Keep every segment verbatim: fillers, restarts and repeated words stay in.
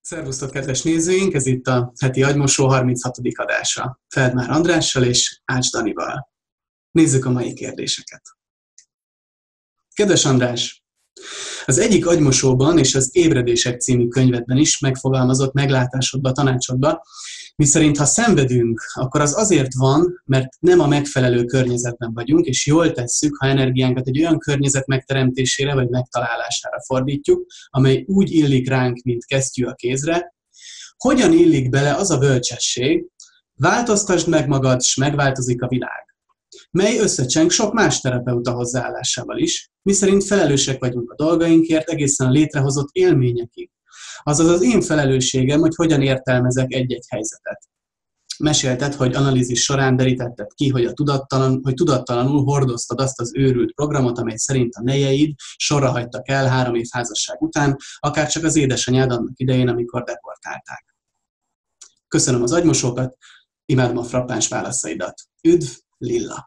Szervusztok, kedves nézőink! Ez itt a heti agymosó harminchatodik adása. Feldmár Andrással és Ács Danival. Nézzük a mai kérdéseket. Kedves András! Az egyik agymosóban és az Ébredések című könyvedben is megfogalmazott meglátásodba, tanácsodba, miszerint ha szenvedünk, akkor az azért van, mert nem a megfelelő környezetben vagyunk, és jól tesszük, ha energiánkat egy olyan környezet megteremtésére vagy megtalálására fordítjuk, amely úgy illik ránk, mint kesztyű a kézre. Hogyan illik bele az a bölcsesség, változtasd meg magad, s megváltozik a világ, mely összecseng sok más terapeuta hozzáállásával is, miszerint felelősek vagyunk a dolgainkért egészen a létrehozott élményekig. Azaz az én felelősségem, hogy hogyan értelmezek egy-egy helyzetet. Mesélted, hogy analízis során derítetted ki, hogy, a tudattalan, hogy tudattalanul hordoztad azt az őrült programot, amely szerint a nejeid sorra hagytak el három év házasság után, akár csak az édesanyád annak idején, amikor deportálták. Köszönöm az agymosókat, imádom a frappáns válaszaidat. Üdv, Lilla!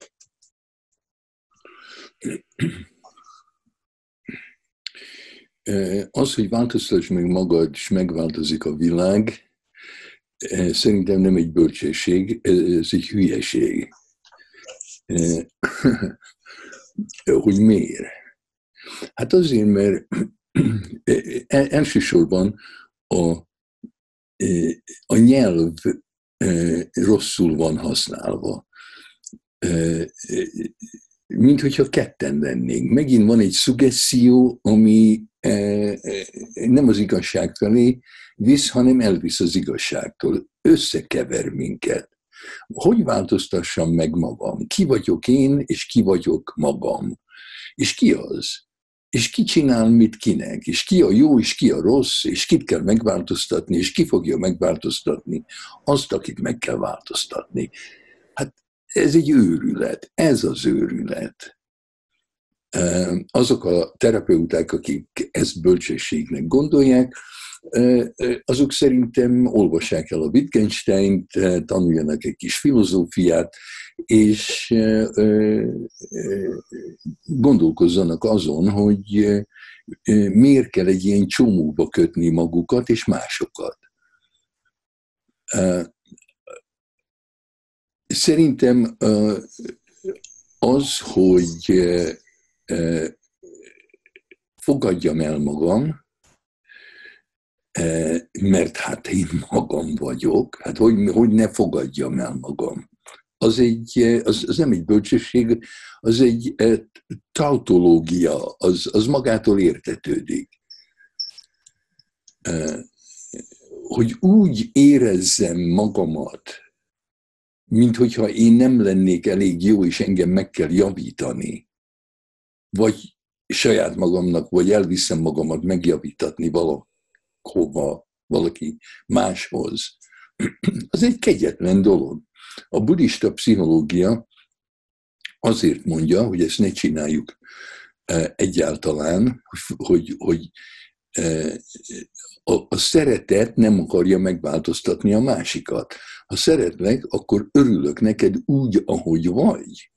Az, hogy változtass meg magad, és megváltozik a világ, szerintem nem egy bölcsesség, ez egy hülyeség. Hogy miért? Hát azért, mert elsősorban a, a nyelv rosszul van használva. Mint hogyha ketten lennénk. Megint van egy szuggeszió, ami nem az igazság felé visz, hanem elvisz az igazságtól. Összekever minket. Hogy változtassam meg magam? Ki vagyok én, és ki vagyok magam? És ki az? És ki csinál mit kinek? És ki a jó, és ki a rossz? És kit kell megváltoztatni? És ki fogja megváltoztatni? Azt, akit meg kell változtatni. Hát ez egy őrület. Ez az őrület. Azok a terapeuták, akik ezt bölcsességnek gondolják, azok szerintem olvassák el a Wittgensteint, tanuljanak egy kis filozófiát, és gondolkozzanak azon, hogy miért kell egy ilyen csomóba kötni magukat és másokat. Szerintem az, hogy fogadjam el magam, mert hát én magam vagyok, hát hogy, hogy ne fogadjam el magam. Az, egy, az, az nem egy bölcsesség, az egy tautológia, az, az magától értetődik. Hogy úgy érezzem magamat, mint hogyha én nem lennék elég jó, és engem meg kell javítani, vagy saját magamnak, vagy elviszem magamat megjavítatni valahova, valaki máshoz. Az egy kegyetlen dolog. A buddhista pszichológia azért mondja, hogy ezt ne csináljuk egyáltalán, hogy, hogy a, a szeretet nem akarja megváltoztatni a másikat. Ha szeretlek, akkor örülök neked úgy, ahogy vagy.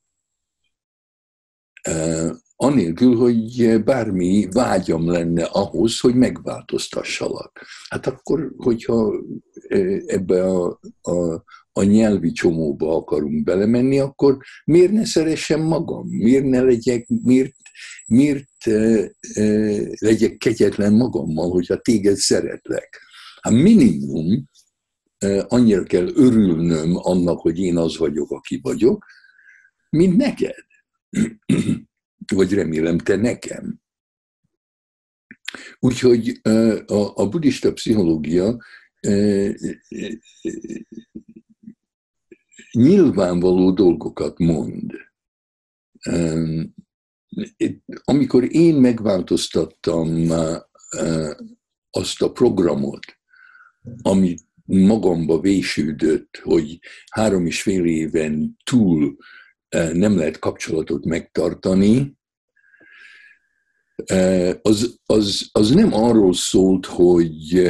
Anélkül, hogy bármi vágyam lenne ahhoz, hogy megváltoztassalak. Hát akkor, hogyha ebbe a, a, a nyelvi csomóba akarunk belemenni, akkor miért ne szeressem magam? Miért ne legyek, miért, miért e, e, legyek kegyetlen magammal, hogyha téged szeretlek? Hát minimum e, annyira kell örülnöm annak, hogy én az vagyok, aki vagyok, mint neked. Vagy remélem te nekem. Úgyhogy a, a buddhista pszichológia nyilvánvaló dolgokat mond. Amikor én megváltoztattam azt a programot, ami magamba vésődött, hogy három és fél éven túl nem lehet kapcsolatot megtartani, az, az, az nem arról szólt, hogy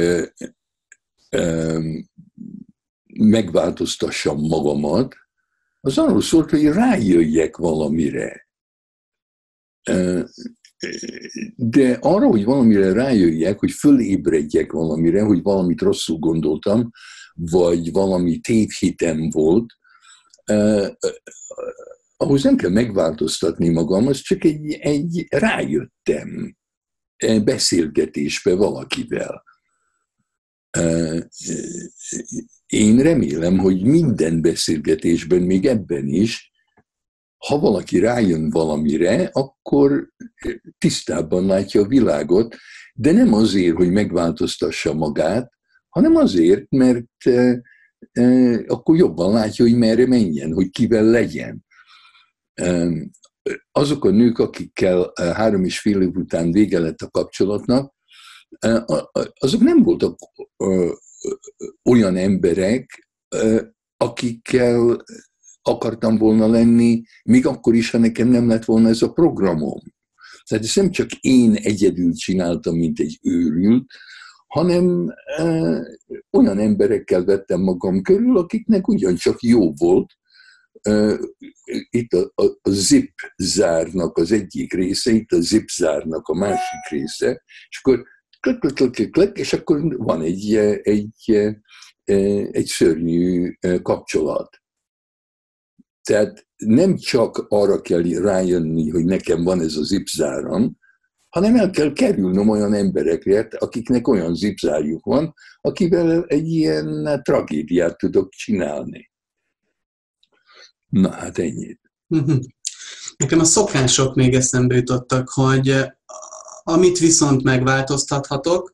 megváltoztassam magamat, az arról szólt, hogy rájöjjek valamire. De arra, hogy valamire rájöjjek, hogy fölébredjek valamire, hogy valamit rosszul gondoltam, vagy valami tévhitem volt, eh, ahhoz nem kell megváltoztatni magam, az csak egy, egy rájöttem beszélgetésbe valakivel. Eh, én remélem, hogy minden beszélgetésben, még ebben is, ha valaki rájön valamire, akkor tisztábban látja a világot, de nem azért, hogy megváltoztassa magát, hanem azért, mert e, e, akkor jobban látja, hogy merre menjen, hogy kivel legyen. E, azok a nők, akikkel három és fél év után vége lett a kapcsolatnak, e, azok nem voltak e, olyan emberek, e, akikkel akartam volna lenni, még akkor is, ha nekem nem lett volna ez a programom. Tehát ezt nem csak én egyedül csináltam, mint egy őrült, hanem e, olyan emberekkel vettem magam körül, akiknek ugyancsak jó volt. E, itt a, a, a zip zárnak az egyik része, itt a zip zárnak a másik része, és akkor klik, klik, klik, klik, klik, és akkor van egy, egy, egy, egy szörnyű kapcsolat. Tehát nem csak arra kell rájönni, hogy nekem van ez a zipzáram, hanem el kell kerülnöm olyan emberekre, akiknek olyan zipzárjuk van, akivel egy ilyen tragédiát tudok csinálni. Na hát ennyit. Nekem a szokások még eszembe jutottak, hogy amit viszont megváltoztathatok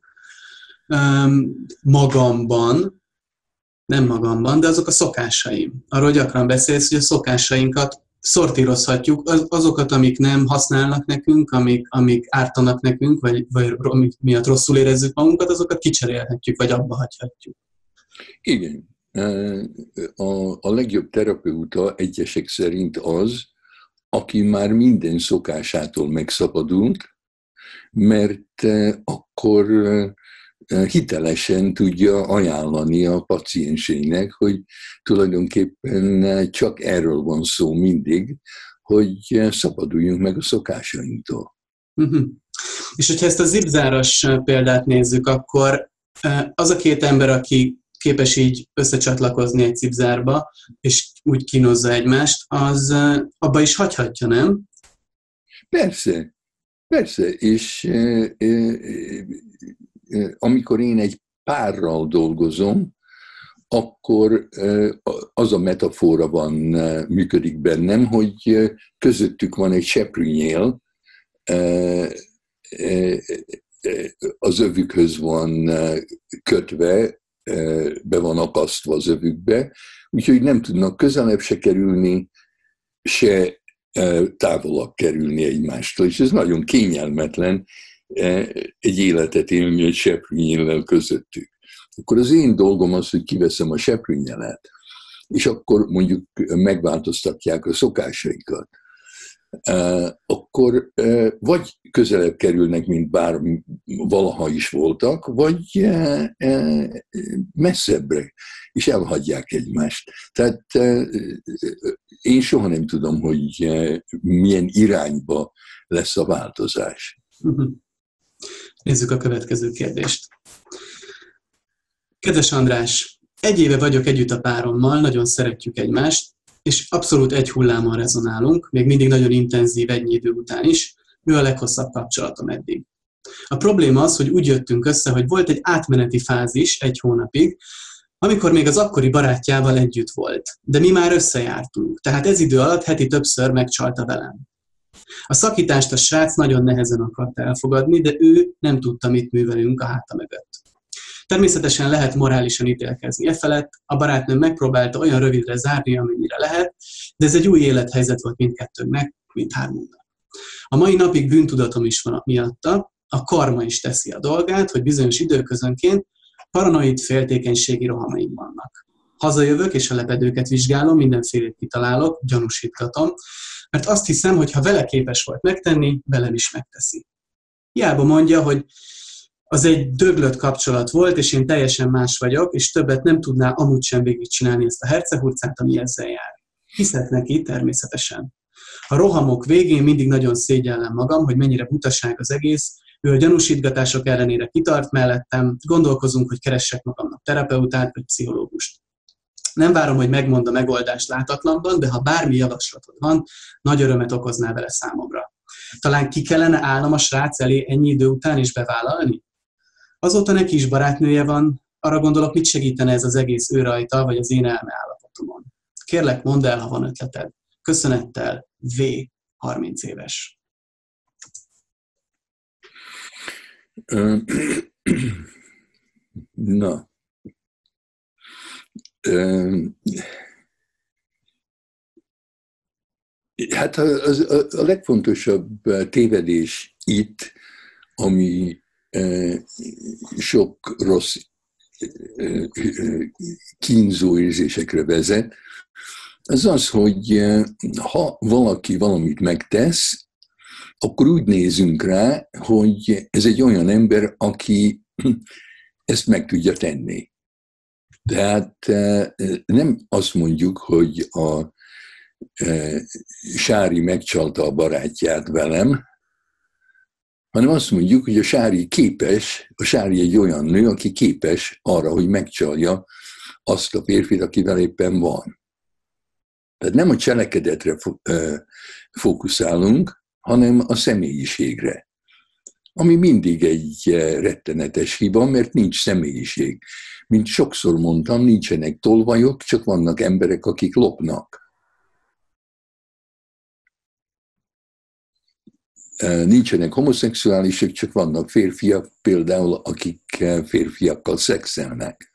magamban, nem magamban, de azok a szokásaim. Arról gyakran beszélsz, hogy a szokásainkat szortírozhatjuk, az, azokat, amik nem használnak nekünk, amik, amik ártanak nekünk, vagy, vagy amik miatt rosszul érezzük magunkat, azokat kicserélhetjük, vagy abba hagyhatjuk. Igen. A, a legjobb terapeuta egyesek szerint az, aki már minden szokásától megszabadult, mert akkor hitelesen tudja ajánlani a pacienseinek, hogy tulajdonképpen csak erről van szó mindig, hogy szabaduljunk meg a szokásainktól. Uh-huh. És hogyha ezt a zipzáras példát nézzük, akkor az a két ember, aki képes így összecsatlakozni egy zipzárba, és úgy kínozza egymást, az abba is hagyhatja, nem? Persze, persze, és amikor én egy párral dolgozom, akkor az a metafora van, működik bennem, hogy közöttük van egy seprűnyél, az övükhöz van kötve, be van akasztva az övükbe, úgyhogy nem tudnak közelebb se kerülni, se távolabb kerülni egymástól, és ez nagyon kényelmetlen, egy életet élni egy seprűnyéllel közöttük. Akkor az én dolgom az, hogy kiveszem a seprűnyelet, és akkor mondjuk megváltoztatják a szokásaikat. Akkor vagy közelebb kerülnek, mint bár valaha is voltak, vagy messzebbre, és elhagyják egymást. Tehát én soha nem tudom, hogy milyen irányba lesz a változás. Uh-huh. Nézzük a következő kérdést. Kedves András, egy éve vagyok együtt a párommal, nagyon szeretjük egymást, és abszolút egy hullámon rezonálunk, még mindig nagyon intenzív ennyi idő után is, ő a leghosszabb kapcsolatom eddig. A probléma az, hogy úgy jöttünk össze, hogy volt egy átmeneti fázis egy hónapig, amikor még az akkori barátjával együtt volt, de mi már összejártunk, tehát ez idő alatt heti többször megcsalta velem. A szakítást a srác nagyon nehezen akart elfogadni, de ő nem tudta, mit művelünk a háta mögött. Természetesen lehet morálisan ítélkezni e felett, a barátnőm megpróbálta olyan rövidre zárni, amennyire lehet, de ez egy új élethelyzet volt mindkettőnknek, mindhármunknak. A mai napig bűntudatom is van miatta, a karma is teszi a dolgát, hogy bizonyos időközönként paranoid féltékenységi rohamaim vannak. Hazajövök és a lepedőket vizsgálom, mindenfélét kitalálok, gyanúsítgatom, mert azt hiszem, hogy ha vele képes volt megtenni, velem is megteszi. Hiába mondja, hogy az egy döglött kapcsolat volt, és én teljesen más vagyok, és többet nem tudná amúgy sem végigcsinálni ezt a hercehurcát, ami ezzel jár. Hiszek neki természetesen. A rohamok végén mindig nagyon szégyellem magam, hogy mennyire butaság az egész, ő a gyanúsítgatások ellenére kitart mellettem, gondolkozunk, hogy keressek magamnak terapeutát vagy pszichológust. Nem várom, hogy megmond a megoldást látatlanban, de ha bármi javaslatod van, nagy örömet okozná vele számomra. Talán ki kellene állnom a srác elé ennyi idő után és bevállalni? Azóta neki is barátnője van, arra gondolok, mit segítene ez az egész ő rajta, vagy az én elmeállapotomon. Kérlek, mondd el, ha van ötleted. Köszönettel, V. harminc éves. Na. Hát a, a, a legfontosabb tévedés itt, ami sok rossz kínzó érzésekre vezet, az az, hogy ha valaki valamit megtesz, akkor úgy nézünk rá, hogy ez egy olyan ember, aki ezt meg tudja tenni. Tehát nem azt mondjuk, hogy a Sári megcsalta a barátját velem, hanem azt mondjuk, hogy a Sári képes, a Sári egy olyan nő, aki képes arra, hogy megcsalja azt a férfit, akivel éppen van. Tehát nem a cselekedetre fókuszálunk, hanem a személyiségre. Ami mindig egy rettenetes hiba, mert nincs személyiség. Mint sokszor mondtam, nincsenek tolvajok, csak vannak emberek, akik lopnak. Nincsenek homoszexuálisok, csak vannak férfiak, például akik férfiakkal szexelnek.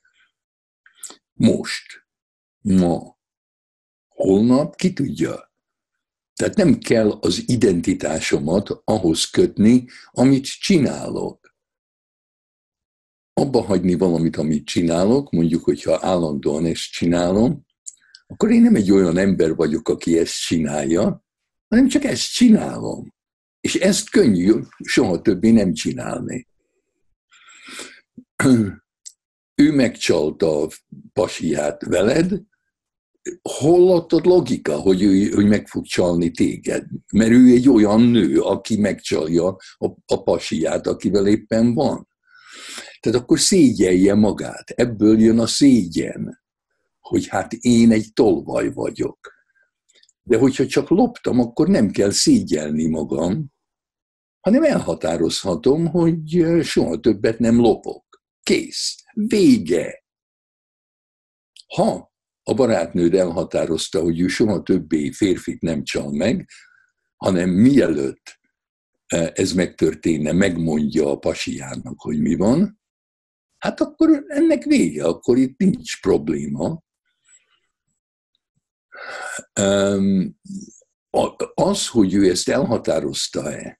Most, ma, holnap, ki tudja. Tehát nem kell az identitásomat ahhoz kötni, amit csinálok. Abba hagyni valamit, amit csinálok, mondjuk, hogyha állandóan ezt csinálom, akkor én nem egy olyan ember vagyok, aki ezt csinálja, hanem csak ezt csinálom. És ezt könnyű soha többé nem csinálni. Ő megcsalta a pasiját veled, hol ott a logika, hogy ő hogy meg fog csalni téged? Mert ő egy olyan nő, aki megcsalja a, a pasiját, akivel éppen van. Tehát akkor szégyelje magát. Ebből jön a szégyen, hogy hát én egy tolvaj vagyok. De hogyha csak loptam, akkor nem kell szégyelni magam, hanem elhatározhatom, hogy soha többet nem lopok. Kész. Vége. Ha a barátnőd elhatározta, hogy ő soha többé férfit nem csal meg, hanem mielőtt ez megtörténne, megmondja a pasijának, hogy mi van, hát akkor ennek vége, akkor itt nincs probléma. Az, hogy ő ezt elhatározta-e,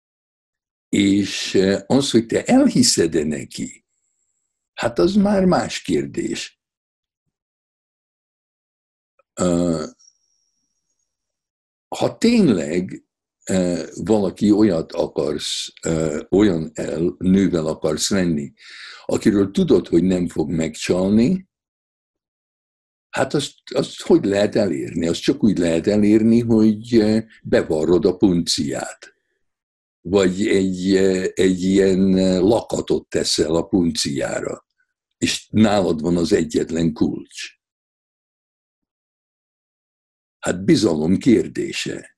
és az, hogy te elhiszed-e neki, hát az már más kérdés. Ha tényleg valaki olyat akarsz, olyan el, nővel akarsz lenni, akiről tudod, hogy nem fog megcsalni, hát azt, azt hogy lehet elérni? Azt csak úgy lehet elérni, hogy bevarrod a punciát. Vagy egy, egy ilyen lakatot teszel a punciára, és nálad van az egyetlen kulcs. Hát bizalom kérdése.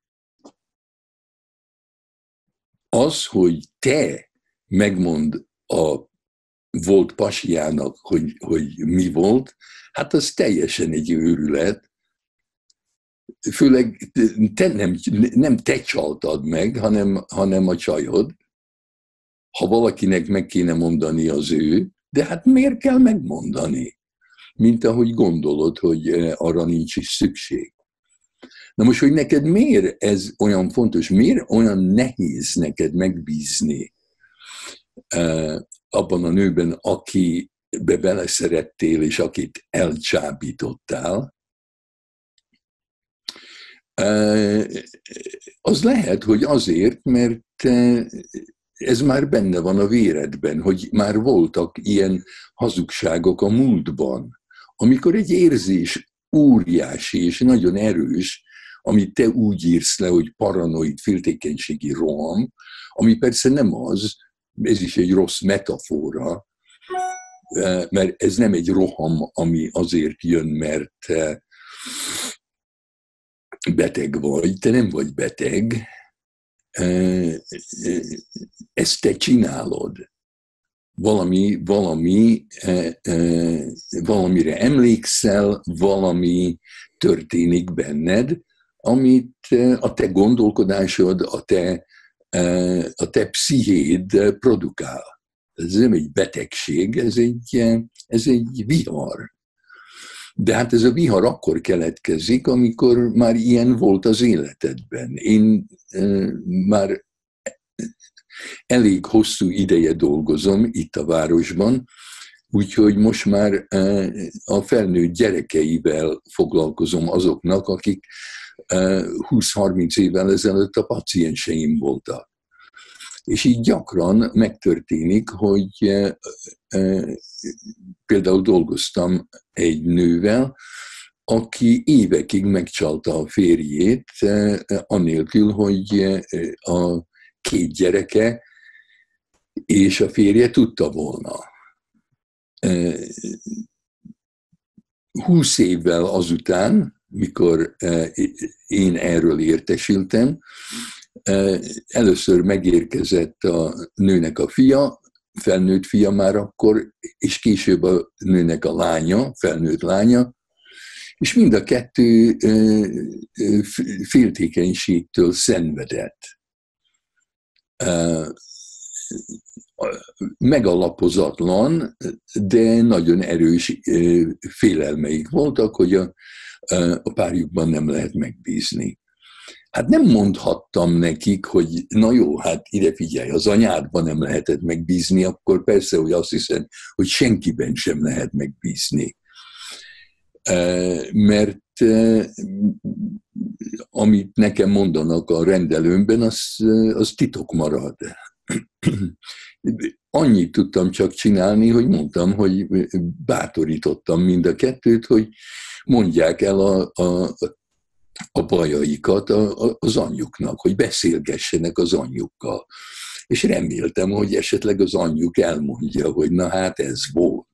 Az, hogy te megmond a volt pasiának, hogy, hogy mi volt, hát az teljesen egy őrület. Főleg te nem, nem te csaltad meg, hanem, hanem a csajod. Ha valakinek meg kéne mondani, az ő, de hát miért kell megmondani? Mint ahogy gondolod, hogy arra nincs is szükség. Na most, hogy neked miért ez olyan fontos, miért olyan nehéz neked megbízni uh, abban a nőben, akibe beleszerettél, és akit elcsábítottál, uh, az lehet, hogy azért, mert uh, ez már benne van a véredben, hogy már voltak ilyen hazugságok a múltban, amikor egy érzés óriási és nagyon erős, amit te úgy írsz le, hogy paranoid féltékenységi roham, ami persze nem az, ez is egy rossz metafora, mert ez nem egy roham, ami azért jön, mert beteg vagy, te nem vagy beteg, ezt te csinálod. Valami, valami, valamire emlékszel, valami történik benned, amit a te gondolkodásod, a te, a te pszichéd produkál. Ez nem egy betegség, ez egy, ez egy vihar. De hát ez a vihar akkor keletkezik, amikor már ilyen volt az életedben. Én e, már elég hosszú ideje dolgozom itt a városban, úgyhogy most már e, a felnőtt gyerekeivel foglalkozom azoknak, akik e, húsz-harminc évvel ezelőtt a pacienseim voltak. És így gyakran megtörténik, hogy e, e, például dolgoztam egy nővel, aki évekig megcsalta a férjét, e, anélkül, hogy a két gyereke és a férje tudta volna. E, húsz évvel azután, mikor e, én erről értesültem, először megérkezett a nőnek a fia, felnőtt fia már akkor, és később a nőnek a lánya, felnőtt lánya, és mind a kettő féltékenységtől szenvedett. Megalapozatlan, de nagyon erős félelmeik voltak, hogy a, a párjukban nem lehet megbízni. Hát nem mondhattam nekik, hogy na jó, hát ide figyelj, az anyádban nem lehetett megbízni, akkor persze, hogy azt hiszem, hogy senkiben sem lehet megbízni. Mert amit nekem mondanak a rendelőmben, az, az titok marad. Annyit tudtam csak csinálni, hogy mondtam, hogy bátorítottam mind a kettőt, hogy mondják el a, a a bajaikat az anyjuknak, hogy beszélgessenek az anyjukkal. És reméltem, hogy esetleg az anyjuk elmondja, hogy na hát ez volt.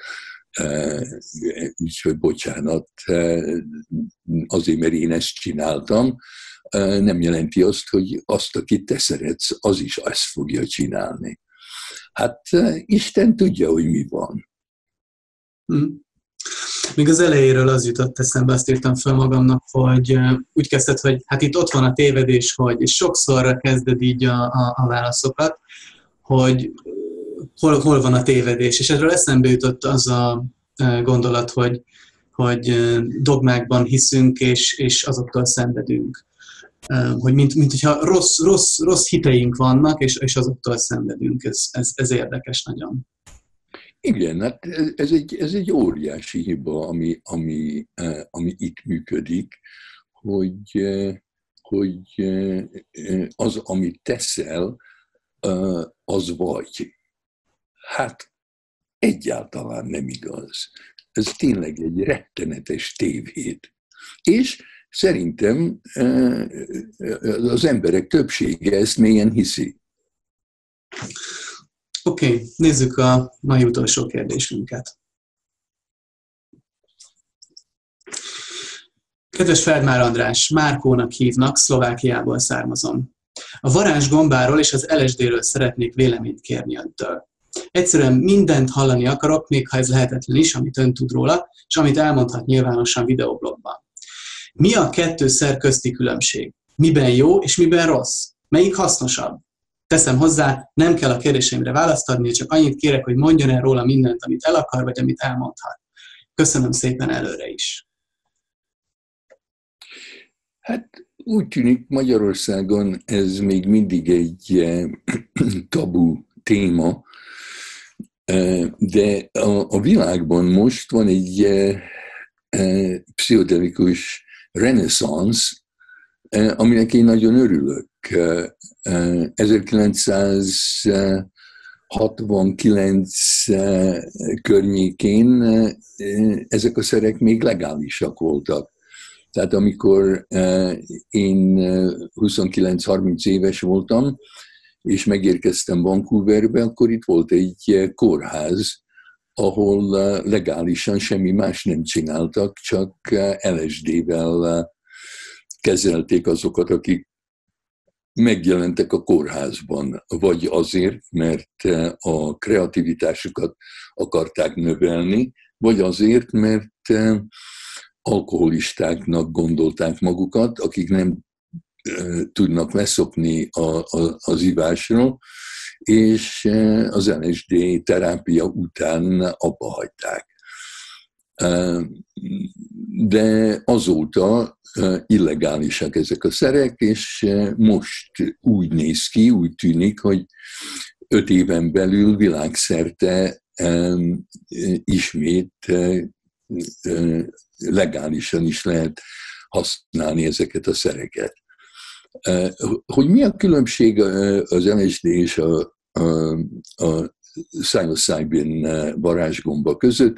Úgyhogy bocsánat, azért, mert én ezt csináltam, nem jelenti azt, hogy azt, akit te szeretsz, az is ezt fogja csinálni. Hát Isten tudja, hogy mi van. Hmm. Még az elejéről az jutott eszembe, azt írtam fel magamnak, hogy úgy kezdted, hogy hát itt ott van a tévedés, hogy, és sokszor kezded így a, a, a válaszokat, hogy hol, hol van a tévedés. És erről eszembe jutott az a gondolat, hogy, hogy dogmákban hiszünk, és, és azoktól szenvedünk. Hogy mint, mint hogyha rossz, rossz, rossz hiteink vannak, és, és azoktól szenvedünk. Ez, ez, ez érdekes nagyon. Igen, hát ez egy, ez egy óriási hiba, ami, ami, ami itt működik, hogy, hogy az, amit teszel, az vagy. Hát egyáltalán nem igaz. Ez tényleg egy rettenetes tévhit. És szerintem az emberek többsége ezt mélyen hiszi. Oké, okay, nézzük a mai utolsó kérdésünket. Kedves Feldmár András, Márkónak hívnak, Szlovákiából származom. A varázsgombáról és az el es dé-ről szeretnék véleményt kérni öntől. Egyszerűen mindent hallani akarok, még ha ez lehetetlen is, amit ön tud róla, és amit elmondhat nyilvánosan videoblogban. Mi a kettő szer közti különbség? Miben jó és miben rossz? Melyik hasznosabb? Teszem hozzá, nem kell a kérdéseimre választ adni, csak annyit kérek, hogy mondjon el róla mindent, amit el akar, vagy amit elmondhat. Köszönöm szépen előre is. Hát úgy tűnik, Magyarországon ez még mindig egy tabu téma, de a, a világban most van egy pszichodelikus reneszánsz, aminek én nagyon örülök. ezerkilencszázhatvankilenc környékén ezek a szerek még legálisak voltak. Tehát amikor én huszonkilenc-harminc éves voltam, és megérkeztem Vancouverbe, akkor itt volt egy kórház, ahol legálisan semmi más nem csináltak, csak el es dé-vel kezelték azokat, akik megjelentek a kórházban, vagy azért, mert a kreativitásukat akarták növelni, vagy azért, mert alkoholistáknak gondolták magukat, akik nem tudnak leszokni a, a, az ivásról, és az el es dé terápia után abba hagyták. De azóta illegálisak ezek a szerek, és most úgy néz ki, úgy tűnik, hogy öt éven belül világszerte ismét legálisan is lehet használni ezeket a szereket. Hogy mi a különbség az el es dé és a, a, a psilocybin varázsgomba között?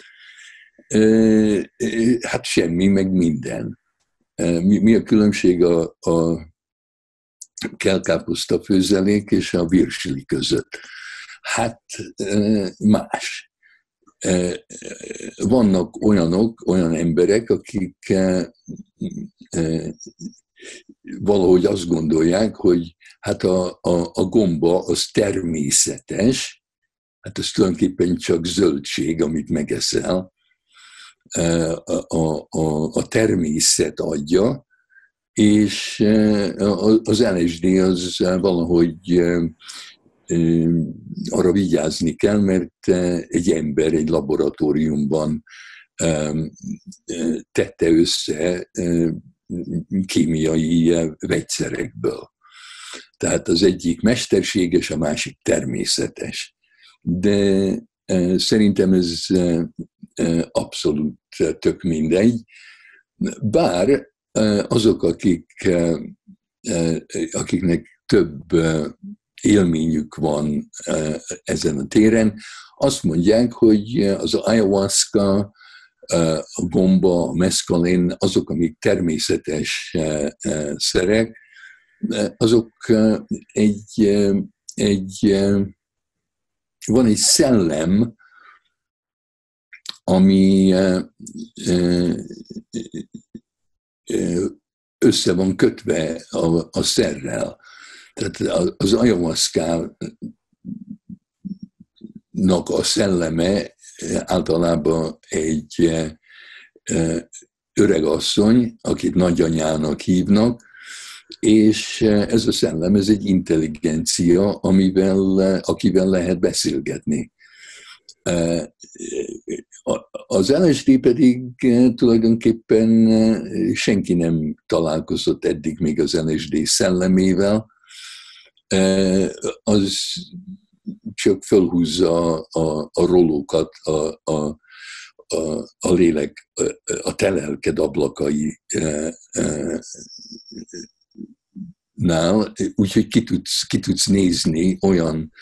Hát semmi, meg minden. Mi, mi a különbség a, a kelkáposzta főzelék és a virsli között? Hát más. Vannak olyanok, olyan emberek, akik valahogy azt gondolják, hogy hát a, a, a gomba az természetes, hát az tulajdonképpen csak zöldség, amit megeszel, a, a, a természet adja, és az el es dé az valahogy arra vigyázni kell, mert egy ember egy laboratóriumban tette össze kémiai vegyszerekből. Tehát az egyik mesterséges, a másik természetes. De szerintem ez abszolút tök mindegy. Bár azok, akik, akiknek több élményük van ezen a téren, azt mondják, hogy az ayahuasca, a gomba, a meszkalin, azok, amik természetes szerek, azok egy, egy, van egy szellem, ami össze van kötve a, a szerrel. Tehát az ayahuasca-nak a szelleme általában egy öregasszony, akit nagyanyának hívnak, és ez a szellem, ez egy intelligencia, amivel, akivel lehet beszélgetni. Az el es dé pedig tulajdonképpen senki nem találkozott eddig még az el es dé szellemével, az csak fölhúzza a, a rolókat, a, a, a, a lélek, a te lelked ablakai nál, úgyhogy ki tudsz, ki tudsz nézni olyan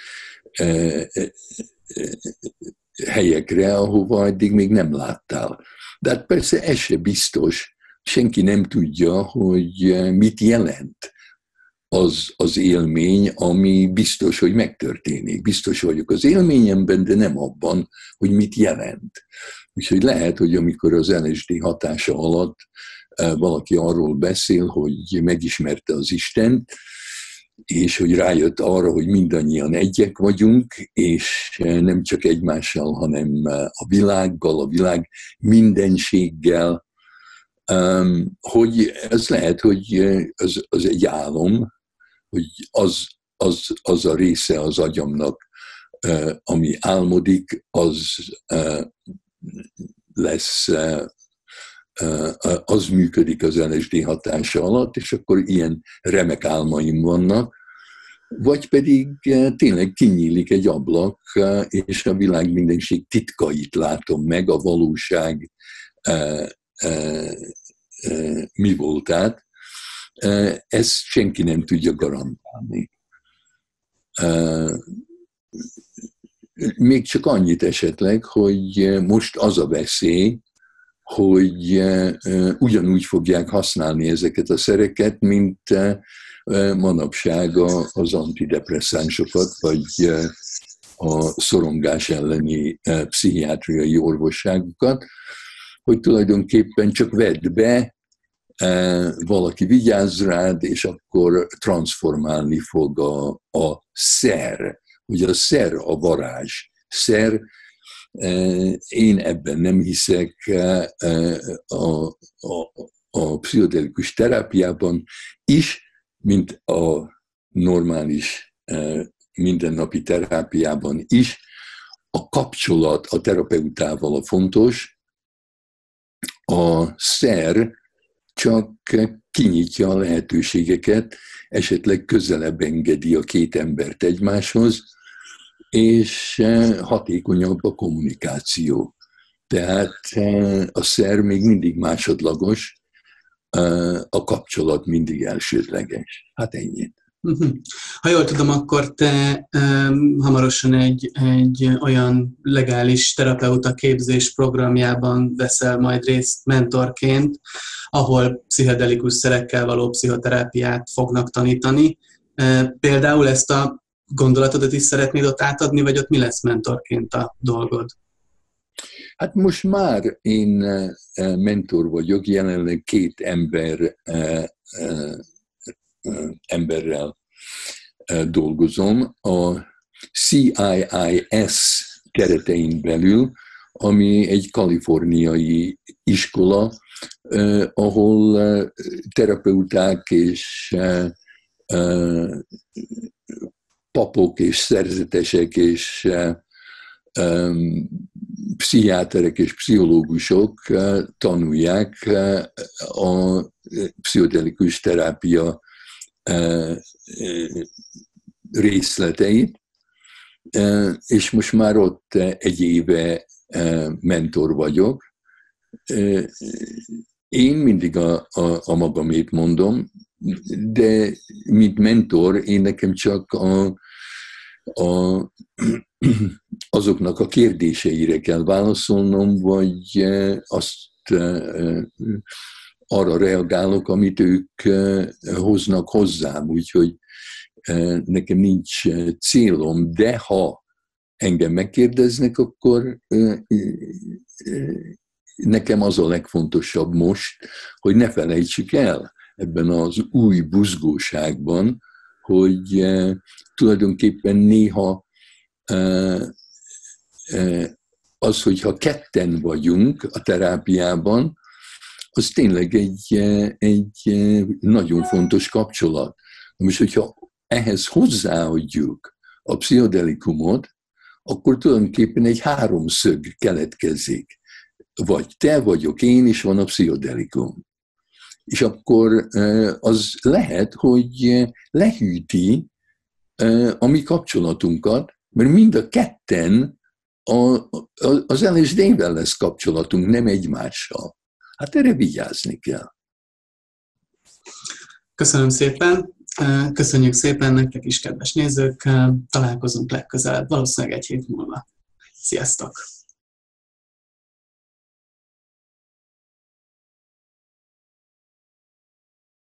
helyekre, ahova eddig még nem láttál. De hát persze ez se biztos, senki nem tudja, hogy mit jelent az az élmény, ami biztos, hogy megtörténik. Biztos vagyok az élményemben, de nem abban, hogy mit jelent. Úgyhogy lehet, hogy amikor az el es dé hatása alatt valaki arról beszél, hogy megismerte az Istent, és hogy rájött arra, hogy mindannyian egyek vagyunk, és nem csak egymással, hanem a világgal, a világ mindenséggel, hogy ez lehet, hogy az, az egy álom, hogy az, az, az a része az agyamnak, ami álmodik, az lesz, az működik az el es dé hatása alatt, és akkor ilyen remek álmaim vannak, vagy pedig tényleg kinyílik egy ablak, és a világ mindenség titkait látom meg, a valóság mi voltát. Ezt senki nem tudja garantálni. Még csak annyit esetleg, hogy most az a veszély, hogy ugyanúgy fogják használni ezeket a szereket, mint manapság az antidepresszánsokat, vagy a szorongás elleni pszichiátriai orvosságokat, hogy tulajdonképpen csak vedd be, valaki vigyázz rád, és akkor transformálni fog a, a szer. Ugye a szer a varázs. Szer, én ebben nem hiszek. A, a, a pszichodelikus terápiában is, mint a normális mindennapi terápiában is, a kapcsolat a terapeutával a fontos, a szer csak kinyitja a lehetőségeket, esetleg közelebb engedi a két embert egymáshoz, és hatékonyabb a kommunikáció. Tehát a szer még mindig másodlagos, a kapcsolat mindig elsődleges. Hát ennyi. Ha jól tudom, akkor te um, hamarosan egy, egy olyan legális terapeuta képzés programjában veszel majd részt mentorként, ahol pszichedelikus szerekkel való pszichoterápiát fognak tanítani. Uh, például ezt a gondolatodat is szeretnéd ott átadni, vagy ott mi lesz mentorként a dolgod? Hát most már én mentor vagyok, jelenleg két ember emberrel dolgozom a C I I S keretein belül, ami egy kaliforniai iskola, ahol terapeuták és papok és szerzetesek és pszichiáterek és pszichológusok tanulják a pszichodelikus terápia részleteit, és most már ott egy éve mentor vagyok. Én mindig a, a, a magamét mondom, de mint mentor én nekem csak a, a, azoknak a kérdéseire kell válaszolnom, vagy azt arra reagálok, amit ők hoznak hozzám, úgyhogy nekem nincs célom, de ha engem megkérdeznek, akkor nekem az a legfontosabb most, hogy ne felejtsük el ebben az új buzgóságban, hogy tulajdonképpen néha az, hogyha ketten vagyunk a terápiában, az tényleg egy, egy nagyon fontos kapcsolat. Most, hogyha ehhez hozzáadjuk a pszichodelikumot, akkor tulajdonképpen egy háromszög keletkezik. Vagy te, vagyok én, és van a pszichodelikum. És akkor az lehet, hogy lehűti a mi kapcsolatunkat, mert mind a ketten a, az el es dé-vel lesz kapcsolatunk, nem egymással. Hát erre vigyázni kell. Köszönöm szépen. Köszönjük szépen nektek is, kedves nézők. Találkozunk legközelebb, valószínűleg egy hét múlva. Sziasztok!